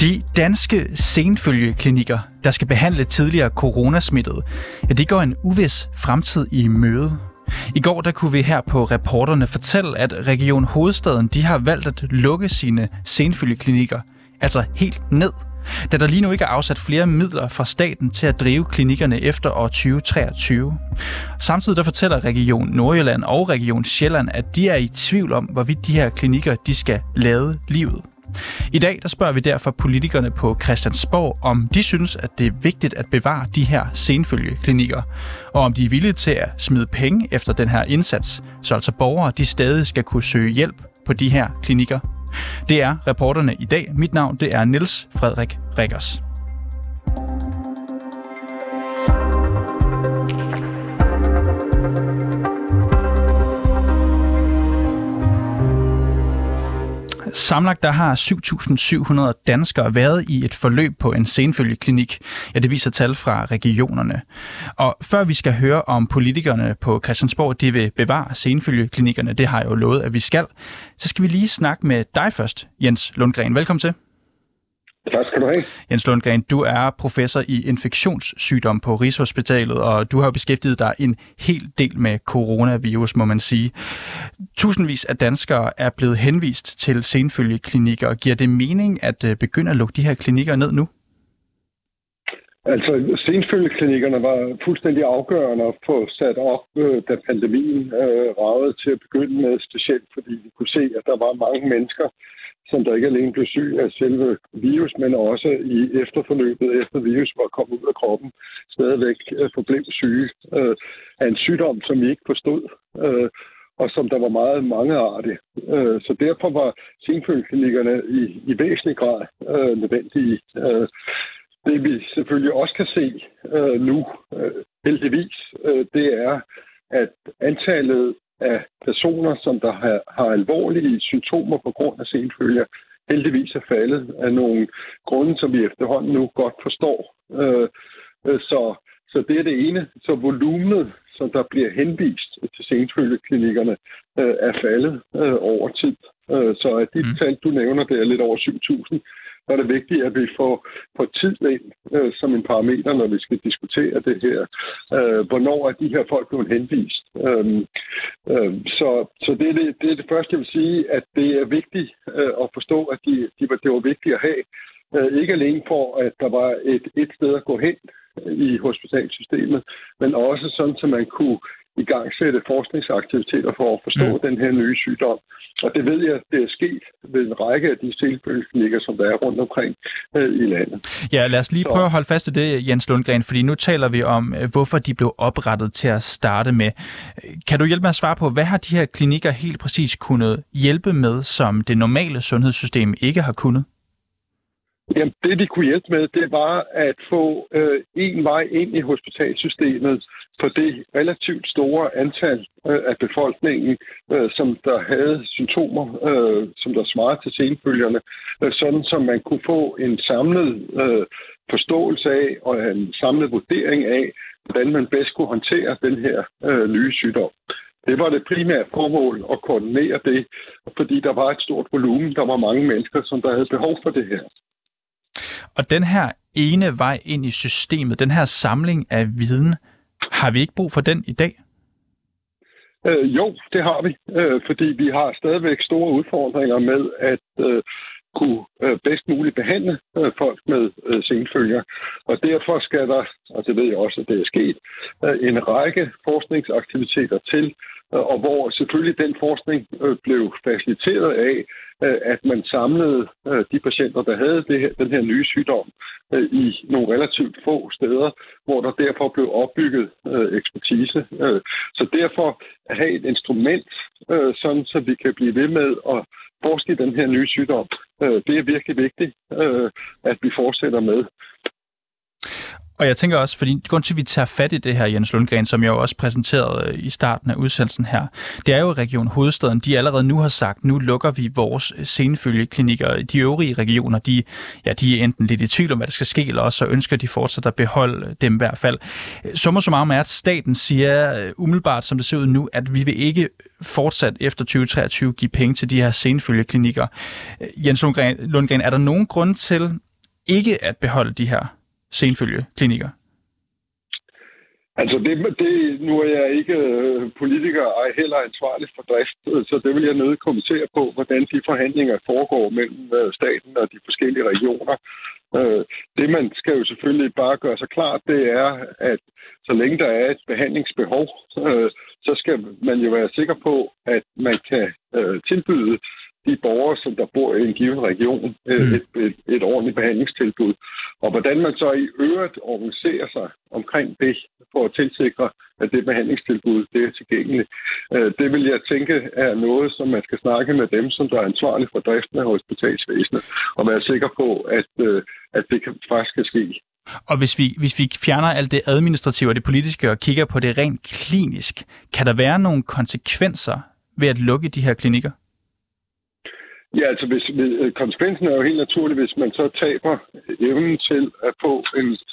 De danske senfølgeklinikker, der skal behandle tidligere coronasmittede, de går en uvis fremtid i møde. I går der kunne vi her på Reporterne fortælle, at Region Hovedstaden de har valgt at lukke sine senfølgeklinikker, altså helt ned, da der lige nu ikke er afsat flere midler fra staten til at drive klinikkerne efter år 2023. Samtidig der fortæller Region Nordjylland og Region Sjælland, at de er i tvivl om, hvorvidt de her klinikker de skal lade livet. I dag der spørger vi derfor politikerne på Christiansborg, om de synes, at det er vigtigt at bevare de her senfølgeklinikker, og om de er villige til at smide penge efter den her indsats, så altså borgere de stadig skal kunne søge hjælp på de her klinikker. Det er Reporterne i dag. Mit navn det er Niels Frederik Riggers. Sammenlagt der har 7.700 danskere været i et forløb på en senfølgeklinik. Ja, det viser tal fra regionerne. Og før vi skal høre om politikerne på Christiansborg, de vil bevare senfølgeklinikkerne, det har jeg jo lovet, at vi skal, så skal vi lige snakke med dig først, Jens Lundgren. Velkommen til. Tak skal du have. Jens Lundgren, du er professor i infektionssygdom på Rigshospitalet, og du har jo beskæftiget dig en hel del med coronavirus, må man sige. Tusindvis af danskere er blevet henvist til senfølgeklinikker. Giver det mening at begynde at lukke de her klinikker ned nu? Altså, senfølgeklinikkerne var fuldstændig afgørende at få sat op, da pandemien ragede til at begynde med, specielt fordi vi kunne se, at der var mange mennesker, som der ikke alene blev syg af selve virus, men også i efterforløbet, efter virus var kommet ud af kroppen, stadigvæk forblev syge af en sygdom, som vi ikke forstod, og som der var meget mangeartige. Så derfor var senfølgeklinikkerne i væsentlig grad nødvendige. Det vi selvfølgelig også kan se nu, heldigvis, det er, at antallet af personer, som der har alvorlige symptomer på grund af senfølger, heldigvis er faldet af nogle grunde, som vi efterhånden nu godt forstår. Så det er det ene. Så volumenet, som der bliver henvist til senfølgeklinikkerne, er faldet over tid. Så at de tal, du nævner, det er lidt over 7.000. Så er det vigtigt, at vi får tid ind som en parameter, når vi skal diskutere det her. Hvornår er de her folk blevet henvist? Så det er det første, jeg vil sige, at det er vigtigt at forstå, at det var vigtigt at have. Ikke alene for, at der var et sted at gå hen i hospitalsystemet, men også sådan, så man kunne i gang sætte forskningsaktiviteter for at forstå den her nye sygdom. Og det ved jeg, det er sket ved en række af de senfølgeklinikker, som der er rundt omkring i landet. Ja, lad os lige prøve at holde fast i det, Jens Lundgren, fordi nu taler vi om, hvorfor de blev oprettet til at starte med. Kan du hjælpe med at svare på, hvad har de her klinikker helt præcis kunnet hjælpe med, som det normale sundhedssystem ikke har kunnet? Jamen, det de kunne hjælpe med, det var at få en vej ind i hospitalsystemet på det relativt store antal af befolkningen, som der havde symptomer, som der svarede til senfølgerne, sådan som man kunne få en samlet forståelse af og en samlet vurdering af, hvordan man bedst kunne håndtere den her nye sygdom. Det var det primære formål at koordinere det, fordi der var et stort volumen, der var mange mennesker, som der havde behov for det her. Og den her ene vej ind i systemet, den her samling af viden, har vi ikke brug for den i dag? Jo, det har vi, fordi vi har stadigvæk store udfordringer med at kunne bedst muligt behandle folk med senfølger. Og derfor skal der, og det ved jeg også, at det er sket, en række forskningsaktiviteter til, og hvor selvfølgelig den forskning blev faciliteret af, at man samlede de patienter, der havde den her nye sygdom, i nogle relativt få steder, hvor der derfor blev opbygget ekspertise. Så derfor at have et instrument, sådan så vi kan blive ved med at forske i den her nye sygdom, det er virkelig vigtigt, at vi fortsætter med. Og jeg tænker også, fordi grund til, at vi tager fat i det her, Jens Lundgren, som jeg jo også præsenterede i starten af udsendelsen her, det er jo Region Hovedstaden. De allerede nu har sagt, nu lukker vi vores senfølgeklinikker. De øvrige regioner, de er enten lidt i tvivl om, hvad der skal ske, eller også så ønsker de fortsat at beholde dem i hvert fald. Summa summarum er, at staten siger umiddelbart, som det ser ud nu, at vi vil ikke fortsat efter 2023 give penge til de her senfølgeklinikker. Jens Lundgren, er der nogen grund til, ikke at beholde de her senfølgeklinikker? Altså, nu er jeg ikke politiker og heller ansvarlig for drift, så det vil jeg nødt kommentere på, hvordan de forhandlinger foregår mellem staten og de forskellige regioner. Det, man skal jo selvfølgelig bare gøre sig klart, det er, at så længe der er et behandlingsbehov, så skal man jo være sikker på, at man kan tilbyde de borgere, som der bor i en given region, et ordentligt behandlingstilbud. Og hvordan man så i øvrigt organiserer sig omkring det, for at tilsikre, at det behandlingstilbud det er tilgængeligt. Det vil jeg tænke er noget, som man skal snakke med dem, som der er ansvarlige for driften af hospitalsvæsenet, og være sikker på, at det faktisk kan ske. Og hvis vi fjerner alt det administrative og det politiske og kigger på det rent klinisk, kan der være nogle konsekvenser ved at lukke de her klinikker? Ja, altså konsekvensen er jo helt naturlig, hvis man så taber evnen til at få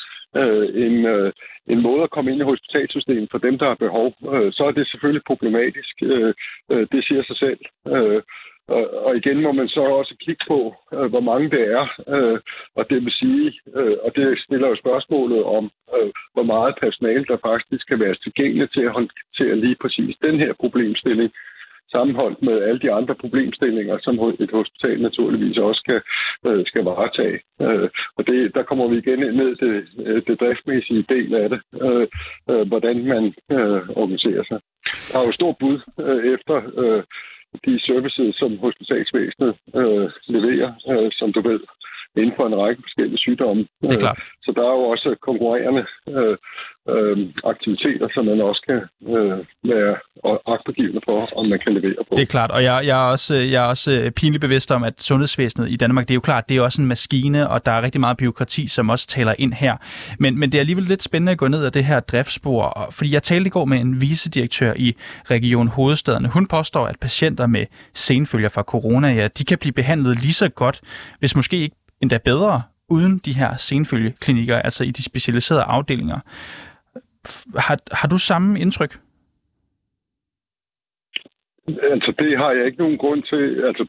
en måde at komme ind i hospitalssystemet for dem, der har behov, så er det selvfølgelig problematisk. Det siger sig selv. Og igen må man så også kigge på, hvor mange det er. Og det vil sige, og det stiller jo spørgsmålet om, hvor meget personale der faktisk skal være tilgængeligt til at håndtere lige præcis den her problemstilling, sammenholdt med alle de andre problemstillinger, som et hospital naturligvis også skal varetage. Og der kommer vi igen ned til det driftmæssige del af det, hvordan man organiserer sig. Der er jo stor bud efter de services, som hospitalsvæsenet leverer, som du ved, inden for en række forskellige sygdomme. Det er klart. Så der er jo også konkurrerende aktiviteter, som man også kan være agtpågivende for, om man kan levere på. Det er klart, og jeg er også pinligt bevidst om, at sundhedsvæsenet i Danmark, det er jo klart, det er også en maskine, og der er rigtig meget bureaukrati, som også taler ind her. Men det er alligevel lidt spændende at gå ned ad det her driftsspor, fordi jeg talte i går med en vicedirektør i Region Hovedstaden. Hun påstår, at patienter med senfølger fra corona, ja, de kan blive behandlet lige så godt, hvis måske ikke endda bedre, uden de her senfølgeklinikker, altså i de specialiserede afdelinger. Har du samme indtryk? Altså, det har jeg ikke nogen grund til. Altså,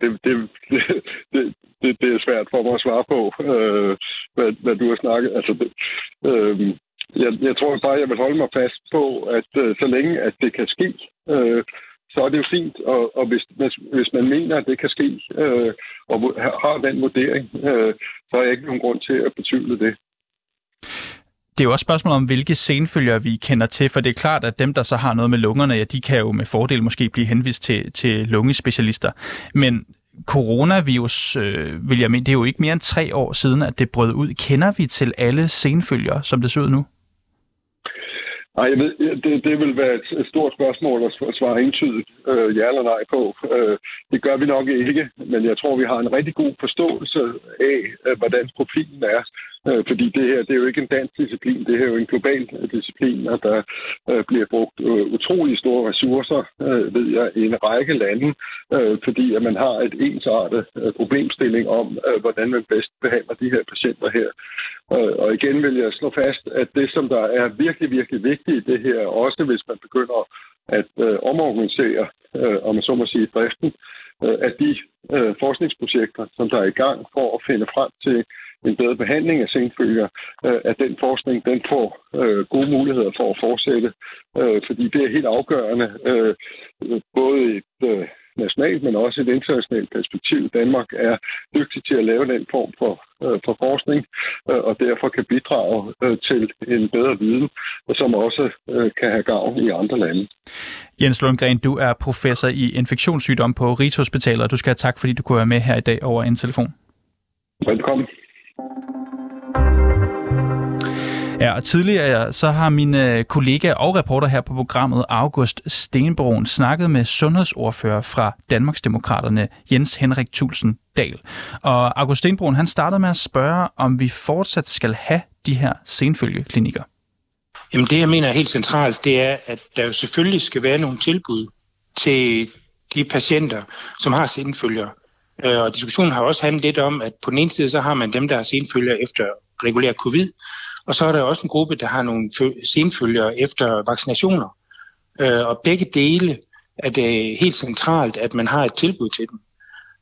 det er svært for mig at svare på, hvad du har snakket. Altså, jeg tror bare, jeg vil holde mig fast på, at så længe at det kan ske, så er det jo fint, og hvis man mener, at det kan ske, og har den vurdering, så er jeg ikke nogen grund til at betvivle det. Det er jo også et spørgsmål om, hvilke senfølger vi kender til, for det er klart, at dem, der så har noget med lungerne, ja, de kan jo med fordel måske blive henvist til lungespecialister. Men coronavirus, vil jeg mene, det er jo ikke mere end 3 år siden, at det brød ud. Kender vi til alle senfølger, som det ser ud nu? Nej, jeg ved, det vil være et stort spørgsmål at svare entydigt ja eller nej på. Det gør vi nok ikke, men jeg tror, vi har en rigtig god forståelse af, hvordan profilen er. Fordi det her, det er jo ikke en dansk disciplin, det her er jo en global disciplin, og der bliver brugt utrolig store ressourcer, ved jeg, i en række lande, fordi at man har et ensartet problemstilling om, hvordan man bedst behandler de her patienter her. Og igen vil jeg slå fast, at det, som der er virkelig, virkelig vigtigt i det her, også hvis man begynder at omorganisere, om man så må sige, driften, at de forskningsprojekter, som der er i gang for at finde frem til en bedre behandling af senfølger, at den forskning, den får gode muligheder for at fortsætte, fordi det er helt afgørende, både i et nationalt, men også et internationalt perspektiv. Danmark er dygtig til at lave den form for forskning, og derfor kan bidrage til en bedre viden, som også kan have gavn i andre lande. Jens Lundgren, du er professor i infektionssygdom på Rigshospitalet, og du skal have tak, fordi du kunne være med her i dag over en telefon. Velkommen. Ja, og tidligere så har min kollega og reporter her på programmet, August Stenbroen, snakket med sundhedsordfører fra Danmarksdemokraterne, Jens Henrik Thulesen Dahl. Og August Stenbroen, han startede med at spørge, om vi fortsat skal have de her senfølgeklinikker. Jamen det, jeg mener er helt centralt, det er, at der jo selvfølgelig skal være nogle tilbud til de patienter, som har senfølger. Og diskussionen har også handlet lidt om, at på den ene side, så har man dem, der har senfølger efter regulær covid, og så er der også en gruppe, der har nogle senfølger efter vaccinationer. Og begge dele er det helt centralt, at man har et tilbud til dem.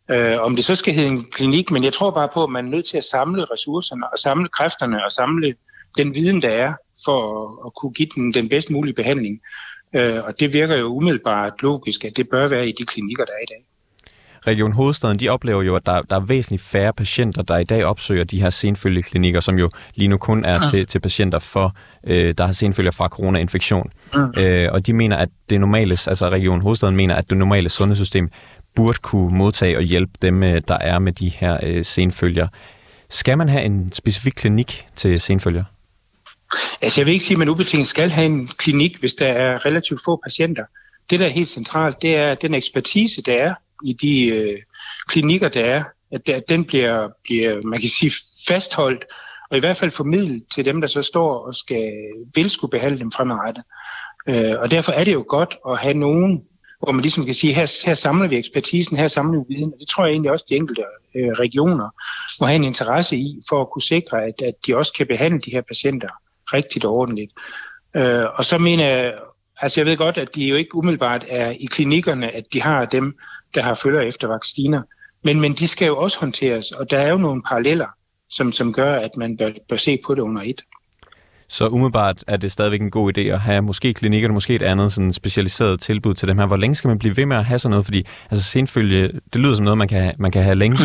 Om det så skal hedde en klinik, men jeg tror bare på, at man er nødt til at samle ressourcerne og samle kræfterne og samle den viden, der er, for at kunne give den bedst mulige behandling. Og det virker jo umiddelbart logisk, at det bør være i de klinikker, der er i dag. Region Hovedstaden, de oplever jo, at der er væsentligt færre patienter, der i dag opsøger de her senfølgeklinikker, som jo lige nu kun er til patienter, der har senfølger fra coronainfektion. Og de mener, at det normale, altså Region Hovedstaden mener, at det normale sundhedssystem burde kunne modtage og hjælpe dem, der er med de her senfølger. Skal man have en specifik klinik til senfølger? Altså jeg vil ikke sige, at man ubetinget skal have en klinik, hvis der er relativt få patienter. Det, der er helt centralt, det er den ekspertise, der er i de klinikker, der er, at den bliver, man kan sige, fastholdt, og i hvert fald formidlet til dem, der så står og vil skulle behandle dem fremadrettet. Og derfor er det jo godt at have nogen, hvor man ligesom kan sige, her samler vi ekspertisen, her samler vi viden, og det tror jeg egentlig også, de enkelte regioner må have en interesse i, for at kunne sikre, at de også kan behandle de her patienter rigtigt og ordentligt. Og så mener jeg, altså jeg ved godt, at de jo ikke umiddelbart er i klinikkerne, at de har dem, der har følger efter vacciner, men de skal jo også håndteres, og der er jo nogle paralleller, som gør, at man bør se på det under et. Så umiddelbart er det stadigvæk en god idé at have måske klinikkerne, måske et andet sådan specialiseret tilbud til dem her. Hvor længe skal man blive ved med at have sådan noget? Fordi altså senfølge, det lyder som noget, man kan have længe.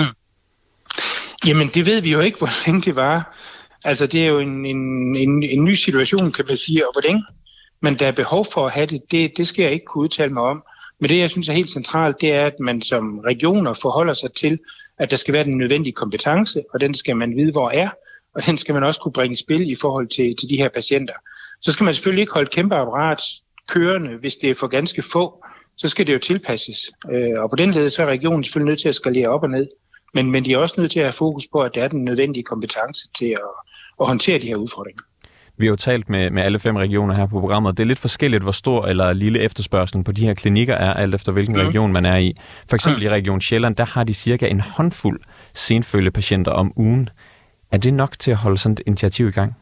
Jamen det ved vi jo ikke, hvor længe det var. Altså det er jo en ny situation, kan man sige, og hvor længe men der er behov for at have det skal jeg ikke kunne udtale mig om. Men det, jeg synes er helt centralt, det er, at man som regioner forholder sig til, at der skal være den nødvendige kompetence, og den skal man vide, hvor er, og den skal man også kunne bringe i spil i forhold til de her patienter. Så skal man selvfølgelig ikke holde kæmpe apparat kørende, hvis det er for ganske få, så skal det jo tilpasses. Og på den led, så er regionen selvfølgelig nødt til at skalere op og ned, men de er også nødt til at have fokus på, at der er den nødvendige kompetence til at håndtere de her udfordringer. Vi har jo talt med alle 5 regioner her på programmet. Det er lidt forskelligt, hvor stor eller lille efterspørgselen på de her klinikker er, alt efter hvilken region man er i. For eksempel i Region Sjælland, der har de cirka en håndfuld senfølgepatienter om ugen. Er det nok til at holde sådan et initiativ i gang?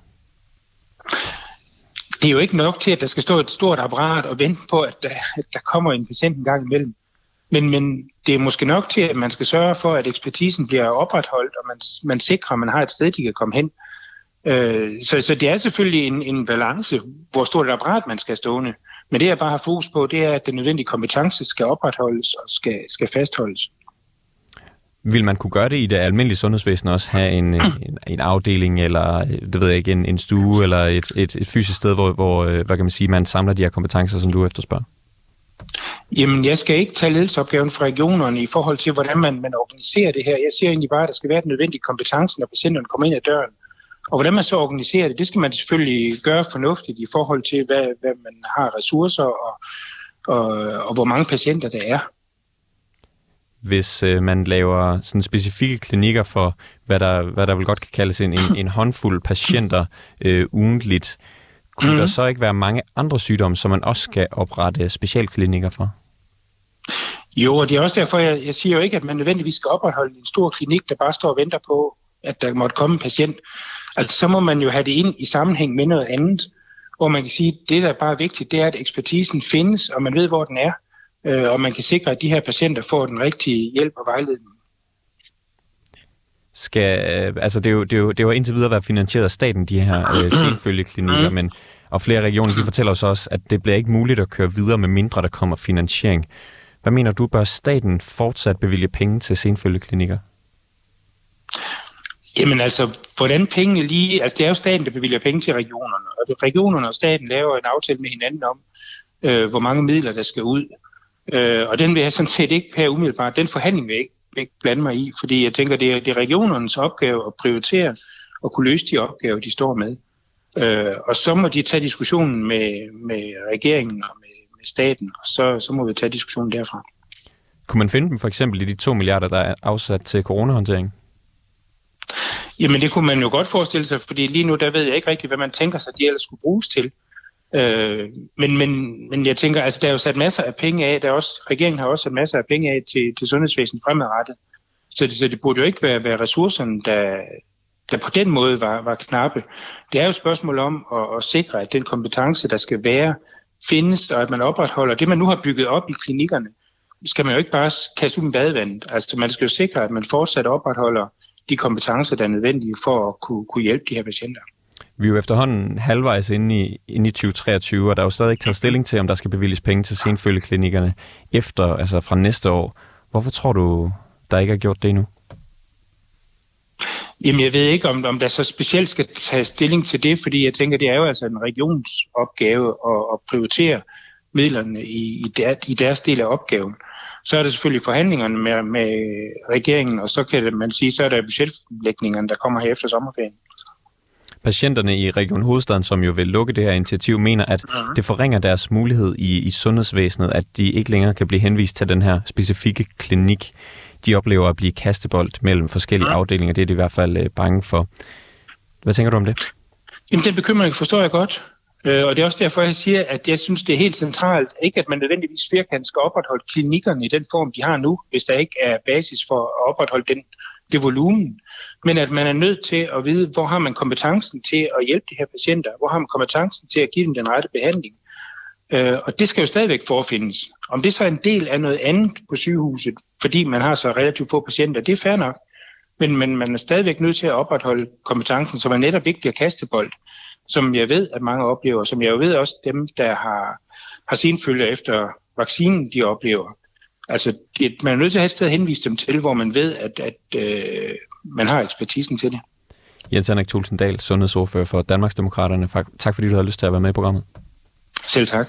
Det er jo ikke nok til, at der skal stå et stort apparat og vente på, at der kommer en patient en gang imellem. Men det er måske nok til, at man skal sørge for, at ekspertisen bliver opretholdt, og man sikrer, at man har et sted, de kan komme hen. Så det er selvfølgelig en balance, hvor stort et apparat man skal stående. Men det, jeg bare har fokus på, det er, at den nødvendige kompetence skal opretholdes og skal fastholdes. Vil man kunne gøre det i det almindelige sundhedsvæsen også? Have en afdeling, eller det ved jeg ikke, en stue, eller et fysisk sted, hvor hvad kan man sige, man samler de her kompetencer, som du efterspørger? Jamen, jeg skal ikke tage ledelsesopgaven fra regionerne i forhold til, hvordan man organiserer det her. Jeg siger egentlig bare, at der skal være den nødvendige kompetence, når patienterne kommer ind ad døren. Og hvordan man så organiserer det skal man selvfølgelig gøre fornuftigt i forhold til, hvad man har ressourcer og hvor mange patienter der er. Hvis man laver sådan specifikke klinikker for, hvad der vel godt kan kaldes en håndfuld patienter ugentligt, kunne der så ikke være mange andre sygdomme, som man også skal oprette specialklinikker for? Jo, og det er også derfor, jeg siger jo ikke, at man nødvendigvis skal opretholde en stor klinik, der bare står og venter på, at der måtte komme en patient. Altså, så må man jo have det ind i sammenhæng med noget andet, hvor man kan sige, at det, der er bare vigtigt, det er, at ekspertisen findes, og man ved, hvor den er, og man kan sikre, at de her patienter får den rigtige hjælp og vejledning. Det har indtil videre været finansieret af staten, de her senfølgeklinikker, og flere regioner, de fortæller os også, at det bliver ikke muligt at køre videre, med mindre der kommer finansiering. Hvad mener du, bør staten fortsat bevilge penge til senfølgeklinikker? Jamen altså, hvordan pengene lige... Altså, det er jo staten, der bevilger penge til regionerne, og regionerne og staten laver en aftale med hinanden om, hvor mange midler der skal ud. Og den vil jeg sådan set ikke have umiddelbart. Den forhandling vil jeg ikke blande mig i, fordi jeg tænker, det er regionernes opgave at prioritere og kunne løse de opgaver, de står med. Og så må de tage diskussionen med regeringen og med staten, og så må vi tage diskussionen derfra. Kunne man finde dem for eksempel i de 2 milliarder, der er afsat til coronahåndtering? Jamen det kunne man jo godt forestille sig, fordi lige nu der ved jeg ikke rigtigt, hvad man tænker sig, de ellers skulle bruges til. Men jeg tænker, altså der er jo sat masser af penge af, regeringen har også sat masser af penge af til sundhedsvæsenet fremadrettet. Så det burde jo ikke være ressourcerne, der på den måde var knappe. Det er jo et spørgsmål om at sikre, at den kompetence, der skal være, findes, og at man opretholder det, man nu har bygget op i klinikkerne, skal man jo ikke bare kaste ud med badevandet. Altså man skal jo sikre, at man fortsat opretholder de kompetencer, der er nødvendige for at kunne hjælpe de her patienter. Vi er jo efterhånden halvvejs inde i 2023, og der er jo stadig ikke taget stilling til, om der skal bevilges penge til senfølgeklinikkerne altså fra næste år. Hvorfor tror du, der ikke er gjort det endnu? Jamen, jeg ved ikke, om der så specielt skal tage stilling til det, fordi jeg tænker, det er jo altså en regionsopgave at prioritere midlerne i deres del af opgaven. Så er der selvfølgelig forhandlingerne med regeringen, og så kan man sige, så er der budgetlægningerne, der kommer her efter sommerferien. Patienterne i Region Hovedstaden, som jo vil lukke det her initiativ, mener, at det forringer deres mulighed i sundhedsvæsenet, at de ikke længere kan blive henvist til den her specifikke klinik. De oplever at blive kastebold mellem forskellige afdelinger. Det er de i hvert fald bange for. Hvad tænker du om det? Jamen, den bekymring forstår jeg godt. Og det er også derfor, jeg siger, at jeg synes, det er helt centralt, ikke at man nødvendigvis firkant skal opretholde klinikkerne i den form, de har nu, hvis der ikke er basis for at opretholde det volumen, men at man er nødt til at vide, hvor har man kompetencen til at hjælpe de her patienter, hvor har man kompetencen til at give dem den rette behandling. Og det skal jo stadigvæk forefindes. Om det så er en del af noget andet på sygehuset, fordi man har så relativt få patienter, det er fair nok, men man er stadigvæk nødt til at opretholde kompetencen, så man netop ikke bliver kastebold, som jeg ved, at mange oplever, som jeg jo ved også dem, der har senfølger efter vaccinen, de oplever. Altså, man er nødt til at have et sted at henvise dem til, hvor man ved, at man har ekspertisen til det. Jens Henrik Thulesen Dahl, sundhedsordfører for Danmarksdemokraterne. Tak fordi du havde lyst til at være med i programmet. Selv tak.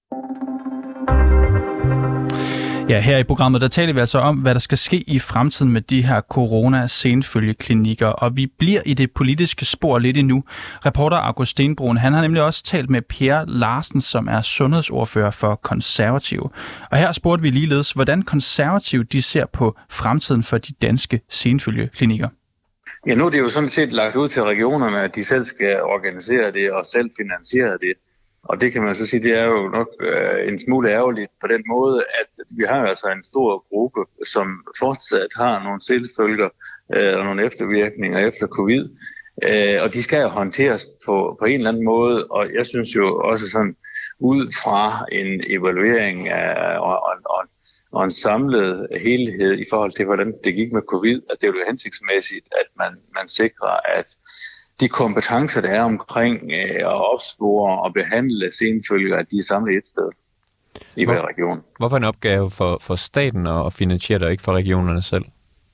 Ja, her i programmet, der taler vi altså om, hvad der skal ske i fremtiden med de her corona-senfølgeklinikker, og vi bliver i det politiske spor lidt endnu. Reporter August Stenbroen, han har nemlig også talt med Per Larsen, som er sundhedsordfører for Konservative. Og her spurgte vi ligeledes, hvordan Konservative de ser på fremtiden for de danske senfølgeklinikker. Ja, nu er det jo sådan set lagt ud til regionerne, at de selv skal organisere det og selv finansiere det. Og det kan man så sige, det er jo nok en smule ærgerligt på den måde, at vi har altså en stor gruppe, som fortsat har nogle selvfølger og nogle eftervirkninger efter covid. Og de skal jo håndteres på en eller anden måde, og jeg synes jo også sådan, ud fra en evaluering og en samlet helhed i forhold til, hvordan det gik med covid, at det er jo hensigtsmæssigt, at man sikrer, at de kompetencer, der er omkring at opspore og behandle senfølger, at de er samlet et sted i hver region. Hvorfor en opgave for staten at finansiere det, og ikke for regionerne selv?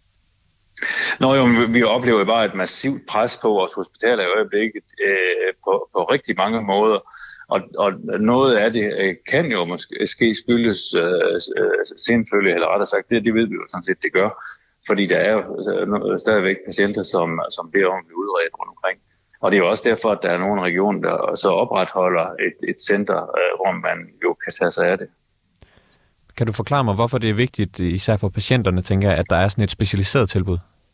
Vi oplever bare et massivt pres på vores hospitaler i øjeblikket på rigtig mange måder. Og noget af det kan jo måske skyldes senfølge, eller rettere sagt, det ved vi jo sådan set, det gør. Fordi der er jo stadigvæk patienter, som bliver ordentligt udredt rundt omkring. Og det er jo også derfor, at der er nogle regioner, der så opretholder et center, hvor man jo kan tage sig af det. Kan du forklare mig, hvorfor det er vigtigt, især for patienterne, tænker jeg, at der er sådan et specialiseret tilbud?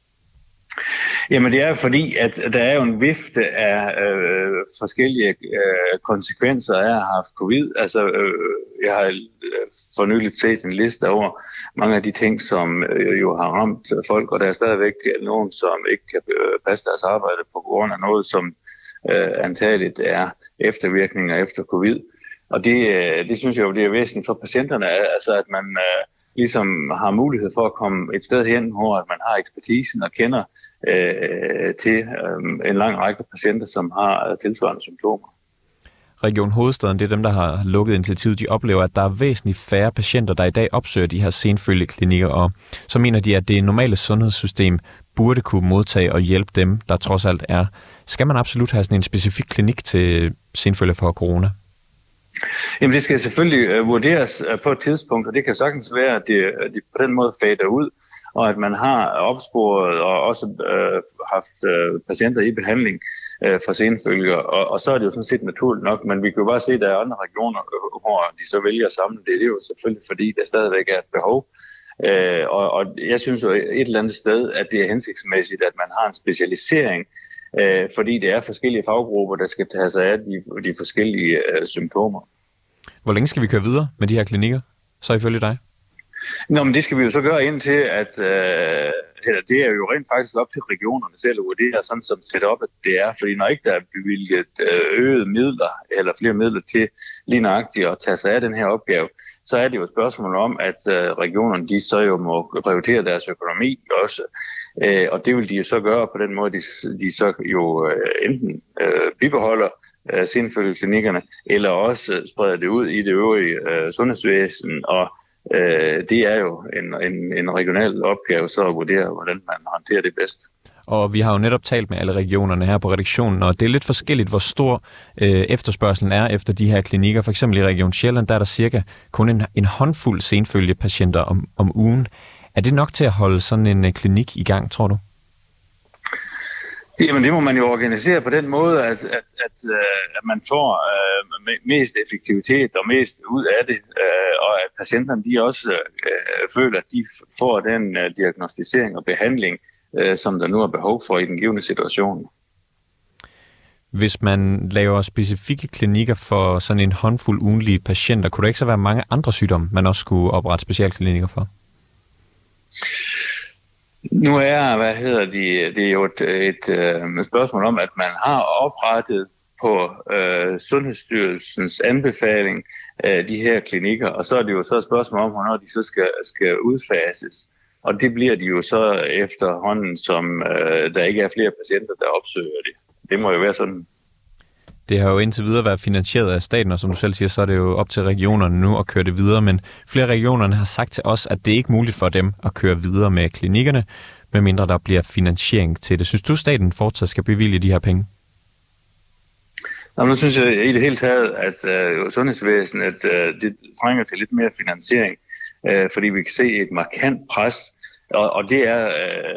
Jamen det er fordi, at der er jo en vifte af forskellige konsekvenser af at have haft covid. Altså, jeg har for nyligt set en liste over mange af de ting, som jo har ramt folk, og der er stadigvæk nogen, som ikke kan passe deres arbejde på grund af noget, som antageligt er eftervirkninger efter covid. Og det synes jeg jo, det er væsentligt for patienterne, altså at man ligesom har mulighed for at komme et sted hen, hvor man har ekspertisen og kender til en lang række patienter, som har tilsvarende symptomer. Region Hovedstaden, det er dem, der har lukket initiativet. De oplever, at der er væsentligt færre patienter, der i dag opsøger de her senfølgeklinikker, og så mener de, at det normale sundhedssystem burde kunne modtage og hjælpe dem, der trods alt er. Skal man absolut have sådan en specifik klinik til senfølger for corona? Jamen det skal selvfølgelig vurderes på et tidspunkt, og det kan sagtens være, at de på den måde fader ud, og at man har opsporet og også haft patienter i behandling for senfølger, og så er det jo sådan set naturligt nok, men vi kan jo bare se, at der er andre regioner, hvor de så vælger at samle det. Det er jo selvfølgelig, fordi der stadigvæk er et behov, og jeg synes jo et eller andet sted, at det er hensigtsmæssigt, at man har en specialisering, fordi det er forskellige faggrupper, der skal tage sig af de forskellige symptomer. Hvor længe skal vi køre videre med de her klinikker, så ifølge dig? Nå, men det skal vi jo så gøre indtil, at det er jo rent faktisk op til regionerne selv at vurdere, sådan som setup det er. Fordi når ikke der er bevilget øgede midler, eller flere midler til lige nøjagtigt at tage sig af den her opgave, så er det jo et spørgsmål om, at regionerne de så jo må prioritere deres økonomi også. Og det vil de jo så gøre på den måde, de så jo enten bibeholder senfølgeklinikkerne, eller også spreder det ud i det øvrige sundhedsvæsen, og det er jo en regional opgave så at vurdere, hvordan man håndterer det bedst. Og vi har jo netop talt med alle regionerne her på redaktionen, og det er lidt forskelligt, hvor stor efterspørgselen er efter de her klinikker. For eksempel i Region Sjælland, der er der cirka kun en håndfuld senfølgepatienter om ugen. Er det nok til at holde sådan en klinik i gang, tror du? Jamen det må man jo organisere på den måde, at man får mest effektivitet og mest ud af det, og at patienterne de også føler, at de får den diagnostisering og behandling, som der nu er behov for i den givne situation. Hvis man laver specifikke klinikker for sådan en håndfuld ugenlige patienter, kunne der ikke så være mange andre sygdomme, man også skulle oprette specialklinikker for? Nu er, det er jo et spørgsmål om, at man har oprettet på Sundhedsstyrelsens anbefaling de her klinikker, og så er det jo så et spørgsmål om, hvornår de så skal udfases. Og det bliver de jo så efterhånden, som der ikke er flere patienter, der opsøger det. Det må jo være sådan. Det har jo indtil videre været finansieret af staten, og som du selv siger, så er det jo op til regionerne nu at køre det videre. Men flere regionerne har sagt til os, at det ikke er muligt for dem at køre videre med klinikkerne, medmindre der bliver finansiering til det. Synes du, staten fortsat skal bevilge de her penge? Jamen, nu synes jeg i det hele taget, at sundhedsvæsenet det trænger til lidt mere finansiering, fordi vi kan se et markant pres. Og det er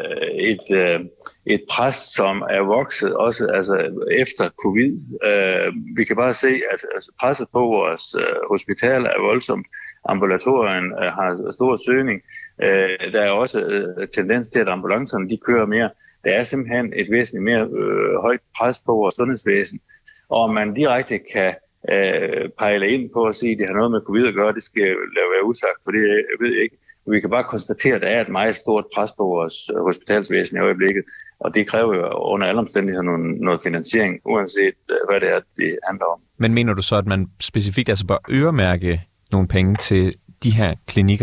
et pres, som er vokset også altså efter covid. Vi kan bare se, at presset på vores hospitaler er voldsomt. Ambulatorien har stor søgning. Der er også tendens til, at ambulancerne de kører mere. Der er simpelthen et væsentligt mere højt pres på vores sundhedsvæsen. Og man direkte kan pejle ind på at sige, at det har noget med covid at gøre, det skal være usagt, for det jeg ved ikke. Vi kan bare konstatere, at der er et meget stort pres på vores hospitalsvæsen i øjeblikket, og det kræver jo under alle omstændigheder noget finansiering, uanset hvad det er, det handler om. Men mener du så, at man specifikt altså bør øremærke nogle penge til de her klinikker?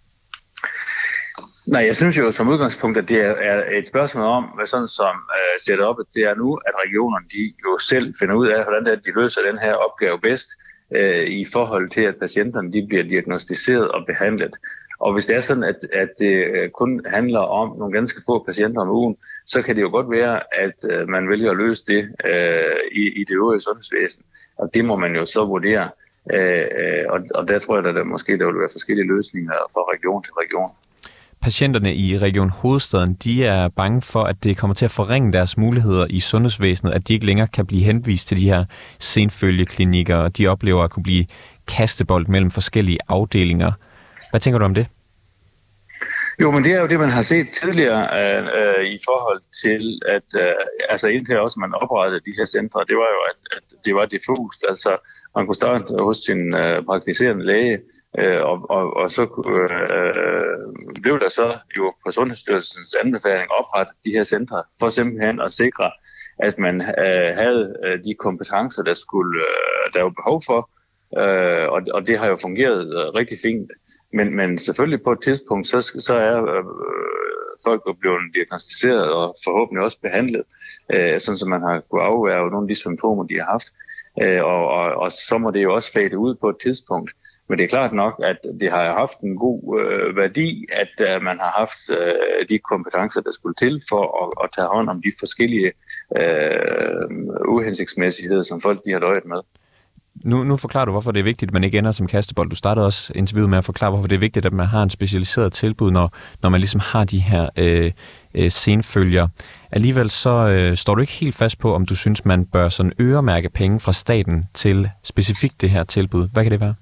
Nej, jeg synes jo som udgangspunkt, at det er et spørgsmål om, hvad sådan som setupet det er nu, at regionerne de jo selv finder ud af, hvordan det er, de løser den her opgave bedst i forhold til, at patienterne de bliver diagnostiseret og behandlet. Og hvis det er sådan, at det kun handler om nogle ganske få patienter om ugen, så kan det jo godt være, at man vælger at løse det i det øvrige sundhedsvæsen. Og det må man jo så vurdere. Og der tror jeg, at der måske der vil være forskellige løsninger fra region til region. Patienterne i Region Hovedstaden, de er bange for, at det kommer til at forringe deres muligheder i sundhedsvæsenet, at de ikke længere kan blive henvist til de her senfølgeklinikker, og de oplever at kunne blive kastebold mellem forskellige afdelinger. Hvad tænker du om det? Jo, men det er jo det, man har set tidligere i forhold til, at altså indtil også man oprettede de her centre, det var jo, at det var diffust. Altså man kunne starte hos sin praktiserende læge, og så blev der så jo på Sundhedsstyrelsens anbefaling oprettet de her centre, for simpelthen at sikre, at man havde de kompetencer, der var behov for, og det har jo fungeret rigtig fint. Men selvfølgelig på et tidspunkt, så er folk blevet diagnostiseret og forhåbentlig også behandlet, sådan som man har kunnet afværge nogle af de symptomer, de har haft. Og så må det jo også fade ud på et tidspunkt. Men det er klart nok, at det har haft en god værdi, at man har haft de kompetencer, der skulle til for at tage hånd om de forskellige uhensigtsmæssigheder, som folk de har døjet med. Nu forklarer du, hvorfor det er vigtigt, at man ikke ender som kastebold. Du startede også interviewet med at forklare, hvorfor det er vigtigt, at man har en specialiseret tilbud, når man ligesom har de her senfølger. Alligevel så står du ikke helt fast på, om du synes, man bør sådan øremærke penge fra staten til specifikt det her tilbud. Hvad kan det være?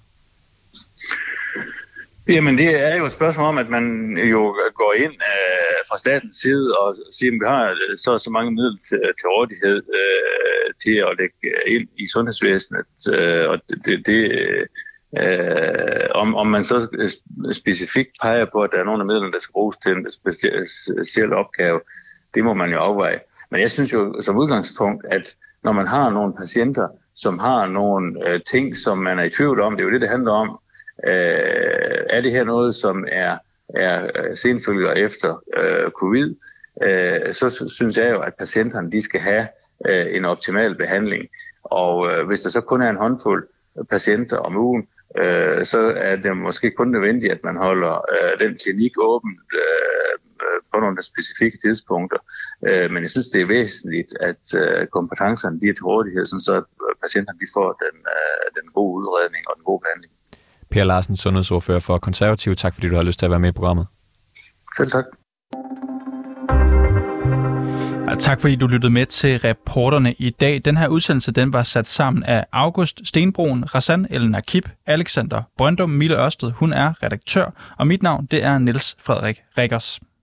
Jamen det er jo et spørgsmål om, at man jo går ind fra statens side og siger, at vi har så mange midler til rådighed til at lægge ind i sundhedsvæsenet. Og Om man så specifikt peger på, at der er nogle af midlerne, der skal bruges til en speciel opgave, det må man jo afveje. Men jeg synes jo som udgangspunkt, at når man har nogle patienter, som har nogle ting, som man er i tvivl om, det er jo det handler om, er det her noget, som er senfølger efter covid, så synes jeg jo, at patienterne de skal have en optimal behandling. Og hvis der så kun er en håndfuld patienter om ugen, så er det måske kun nødvendigt, at man holder den klinik åben på nogle specifikke tidspunkter. Men jeg synes, det er væsentligt, at kompetencerne de er til rådighed, så at patienterne de får den gode udredning og den gode behandling. Per Larsen, sundhedsordfører for Konservative. Tak fordi du har lyst til at være med i programmet. Selv tak. Og tak fordi du lyttede med til Reporterne i dag. Den her udsendelse den var sat sammen af August Stenbroen, Razan El Nakib, Alexander Brøndum, Mille Ørsted, hun er redaktør, og mit navn det er Niels Frederik Rikkers.